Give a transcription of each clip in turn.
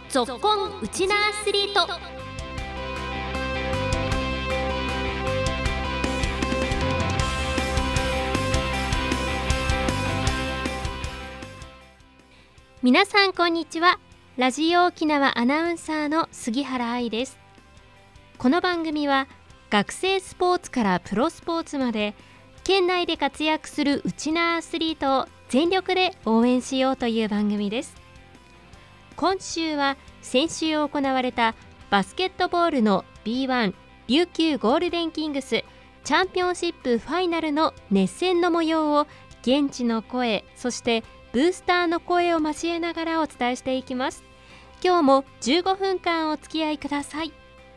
ぞっこんウチナアスリート。皆さんこんにちは。ラジオ沖縄アナウンサーの杉原愛です。この番組は学生スポーツからプロスポーツまで県内で活躍するウチナアスリートを全力で応援しようという番組です。今週は先週行われたバスケットボールの B1 琉球ゴールデンキングスチャンピオンシップファイナルの熱戦の模様を現地の声、そしてブースターの声を交えながらお伝えしていきます。今日も15分間お付き合いください。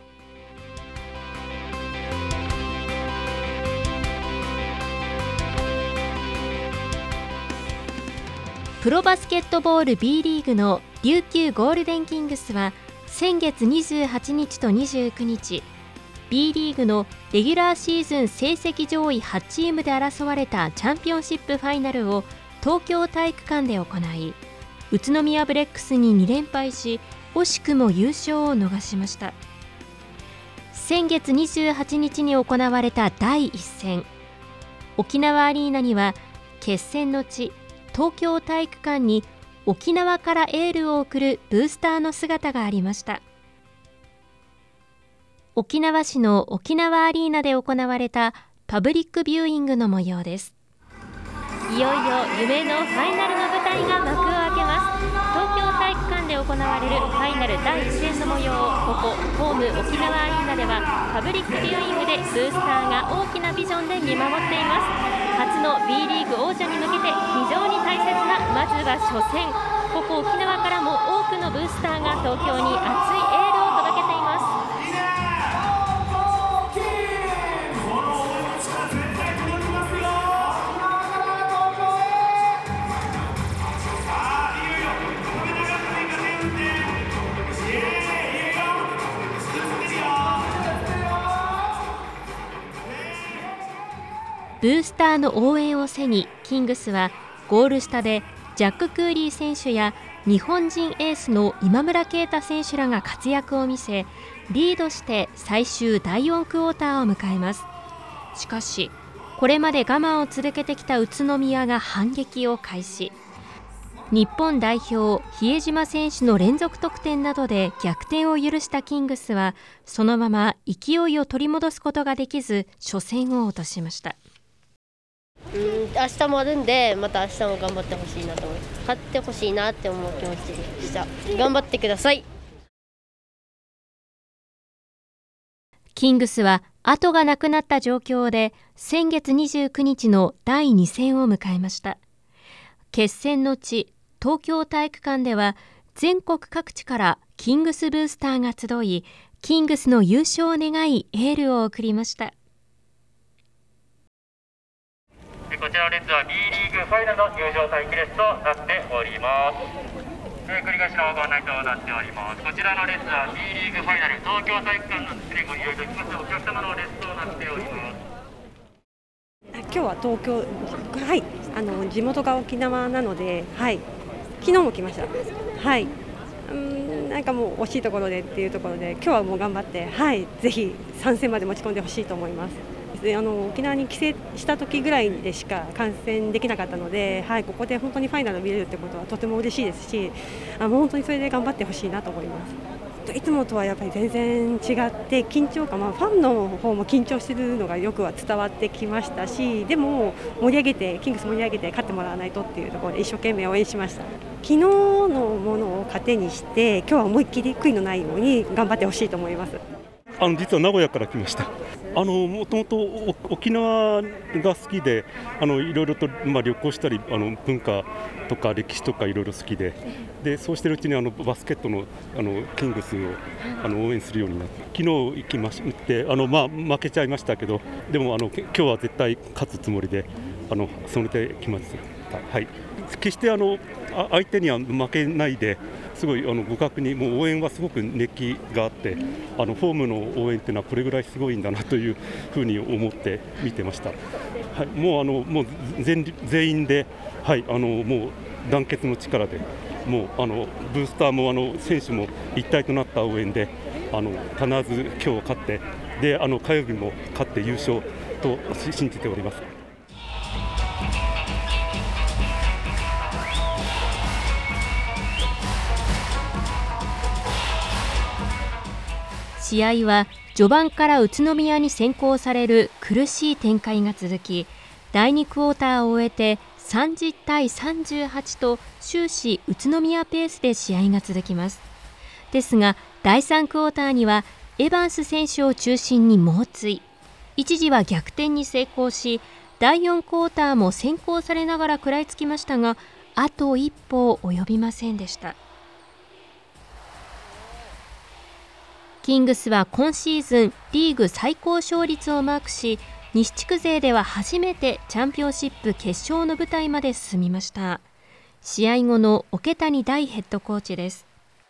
プロバスケットボール B リーグの琉球ゴールデンキングスは先月28日と29日 B リーグのレギュラーシーズン成績上位8チームで争われたチャンピオンシップファイナルを東京体育館で行い、宇都宮ブレックスに2連敗し惜しくも優勝を逃しました。先月28日に行われた第1戦、沖縄アリーナには決戦の地東京体育館に沖縄からエールを送るブースターの姿がありました。沖縄市の沖縄アリーナで行われたパブリックビューイングの模様です。いよいよ夢のファイナルの舞台が幕を開けます。東京体育館で行われるファイナル第1戦の模様をここホーム沖縄アリーナではパブリックビューイングでブースターが大きなビジョンで見守っています。初の B リーグ王者に向けて非常に大切なまずは初戦、ここ沖縄からも多くのブースターが東京に熱いエールを届けています。ブースターの応援を背にキングスはゴール下でジャック・クーリー選手や日本人エースの今村佳太選手らが活躍を見せ、リードして最終第4クォーターを迎えます。しかしこれまで我慢を続けてきた宇都宮が反撃を開始。日本代表比江島選手の連続得点などで逆転を許したキングスはそのまま勢いを取り戻すことができず初戦を落としました。 明日もあるんで、また明日も頑張ってほしいなと思います。勝ってほしいなって思う気持ちでした。頑張ってください。 キングスは後がなくなった状況で先月29日の第2戦を迎えました。決戦の地東京体育館では全国各地からキングスブースターが集い、キングスの優勝を願いエールを送りました。 こちらの列は B リーグファイナルの入場待機列となっております。繰り返しのご案内となっております。こちらの列は B リーグファイナル東京体育館のですね、ご利用いただきますお客様の列となっております。 今日は東京、はい、地元が沖縄なので、はい、昨日も来ました。はい、なんかもう惜しいところでっていうところで、今日はもう頑張って、はい、ぜひ3戦まで持ち込んでほしいと思います。沖縄に帰省した時ぐらいでしか観戦できなかったので、はい、ここで本当にファイナルを見れるってことはとても嬉しいですし、もう本当にそれで頑張ってほしいなと思います。いつもとはやっぱり全然違って緊張感、ファンの方も緊張しているのがよくは伝わってきましたし、でも盛り上げてキングス盛り上げて勝ってもらわないとっていうところで一生懸命応援しました。昨日のものを糧にして今日は思いっきり悔いのないように頑張ってほしいと思います。 実は名古屋から来ました。もともと沖縄が好きでいろいろと、旅行したり文化とか歴史とかいろいろ好きで、そうしてるうちにバスケットのキングスを応援するようになって、昨日行きまして負けちゃいましたけど、でも今日は絶対勝つつもりでそれで来ます。 。はい、決して相手には負けないで、すごい互角に、もう応援はすごく熱気があって、ホームの応援っていうのはこれぐらいすごいんだなというふうに思って見てました。はい、もう全員で、はい、もう団結の力で、もうブースターも選手も一体となった応援で、必ず今日勝って、で火曜日も勝って優勝と信じております。 試合は序盤から宇都宮に先行される苦しい展開が続き、第2クォーターを終えて30対38と終始宇都宮ペースで試合が続きます。ですが第3クォーターにはエバンス選手を中心に猛追、一時は逆転に成功し、第4クォーターも先行されながら食らいつきましたが、あと一歩及びませんでした。キングスは今シーズンリーグ最高勝率をマークし、西地区勢では初めてチャンピオンシップ決勝の舞台まで進みました。試合後の桶谷大ヘッドコーチです。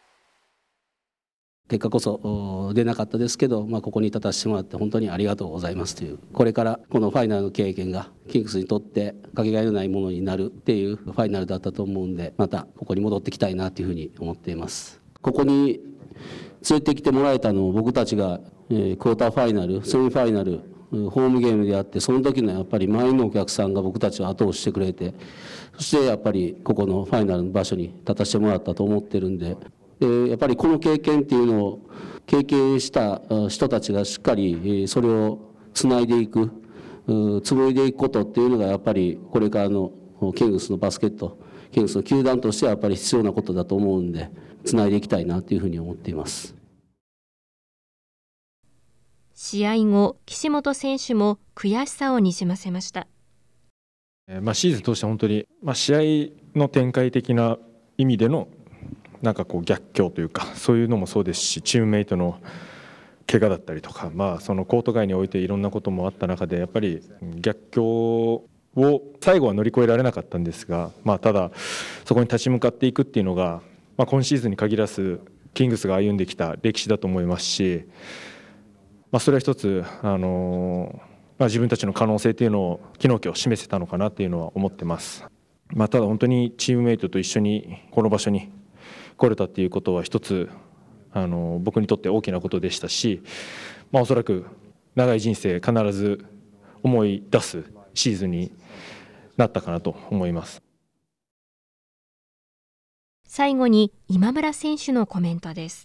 結果こそ出なかったですけど、ここに立たせてもらって本当にありがとうございますという、これからこのファイナルの経験がキングスにとってかけがえのないものになるっていうファイナルだったと思うんで、またここに戻ってきたいなというふうに思っています。ここに連れてきてもらえたのを僕たちがクォーターファイナル、セミファイナル、ホームゲームであって、その時のやっぱり周りのお客さんが僕たちを後押ししてくれて、そしてやっぱりここのファイナルの場所に立たせてもらったと思ってるんで、やっぱりこの経験っていうのを経験した人たちがしっかりそれをつないでいく、紡いでいくことっていうのがやっぱりこれからのキングスのバスケット、キングスの球団としてはやっぱり必要なことだと思うんで、つないでいきたいなというふうに思っています。 試合後、岸本選手も悔しさをにじませました。 シーズン通して本当に、試合の展開的な意味での逆境というか、そういうのもそうですし、チームメイトの怪我だったりとか、そのコート外においていろんなこともあった中で、やっぱり逆境を最後は乗り越えられなかったんですが、ただそこに立ち向かっていくっていうのが、今シーズンに限らずキングスが歩んできた歴史だと思いますし、それは一つ自分たちの可能性というのを昨日今日示せたのかなというのは思ってます。ただ本当にチームメイトと一緒にこの場所に来れたっていうことは一つ僕にとって大きなことでしたし、おそらく長い人生必ず思い出すシーズンになったかなと思います。 最後に今村選手のコメントです。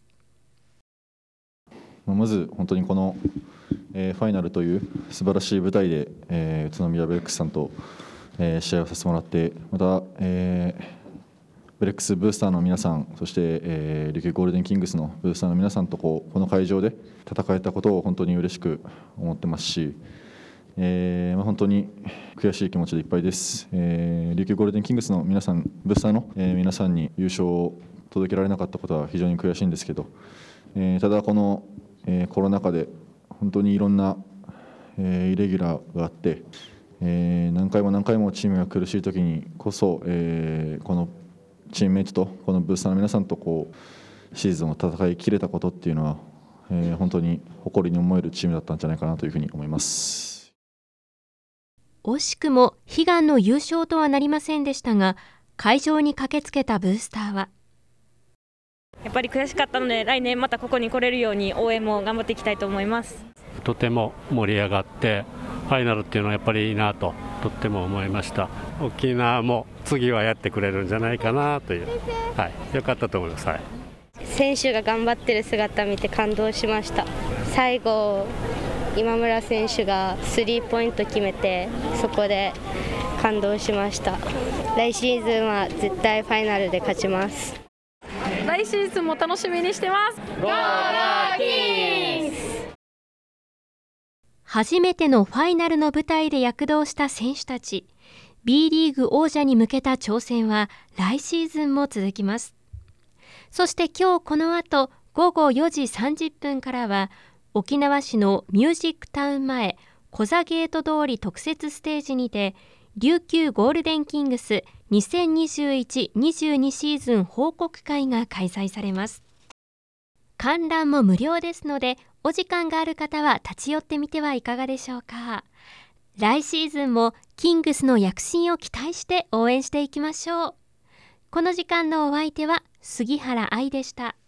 まず本当にこのファイナルという素晴らしい舞台で宇都宮ブレックスさんと試合をさせてもらって、またブレックスブースターの皆さん、そして琉球ゴールデンキングスのブースターの皆さんとこの会場で戦えたことを本当に嬉しく思ってますし、本当に悔しい気持ちでいっぱいです。琉球ゴールデンキングスの皆さん、ブースターの皆さんに優勝を届けられなかったことは非常に悔しいんですけど、ただこのコロナ禍で本当にいろんなイレギュラーがあって、何回も何回もチームが苦しい時にこそ、このチームメイトとこのブースターの皆さんとシーズンを戦い切れたことっていうのは、本当に誇りに思えるチームだったんじゃないかなというふうに思います。 惜しくも悲願の優勝とはなりませんでしたが、会場に駆けつけたブースターは、 やっぱり悔しかったので、来年またここに来れるように応援も頑張っていきたいと思います。 とても盛り上がってファイナルっていうのはやっぱりいいなととっても思いました。沖縄も次はやってくれるんじゃないかなという、良かったと思います。 選手が頑張ってる姿を見て感動しました。最後今村選手がスリーポイント決めて、そこで感動しました。来シーズンは絶対ファイナルで勝ちます。 来シーズンも楽しみにしてます。ゴーラキングス。 初めてのファイナルの舞台で躍動した選手たち。B リーグ王者に向けた挑戦は来シーズンも続きます。そして今日この後午後4時30分からは、沖縄市のミュージックタウン前コザゲート通り特設ステージにて、 琉球ゴールデンキングス2021-22シーズン報告会が開催されます。観覧も無料ですので、お時間がある方は立ち寄ってみてはいかがでしょうか。来シーズンもキングスの躍進を期待して応援していきましょう。この時間のお相手は杉原愛でした。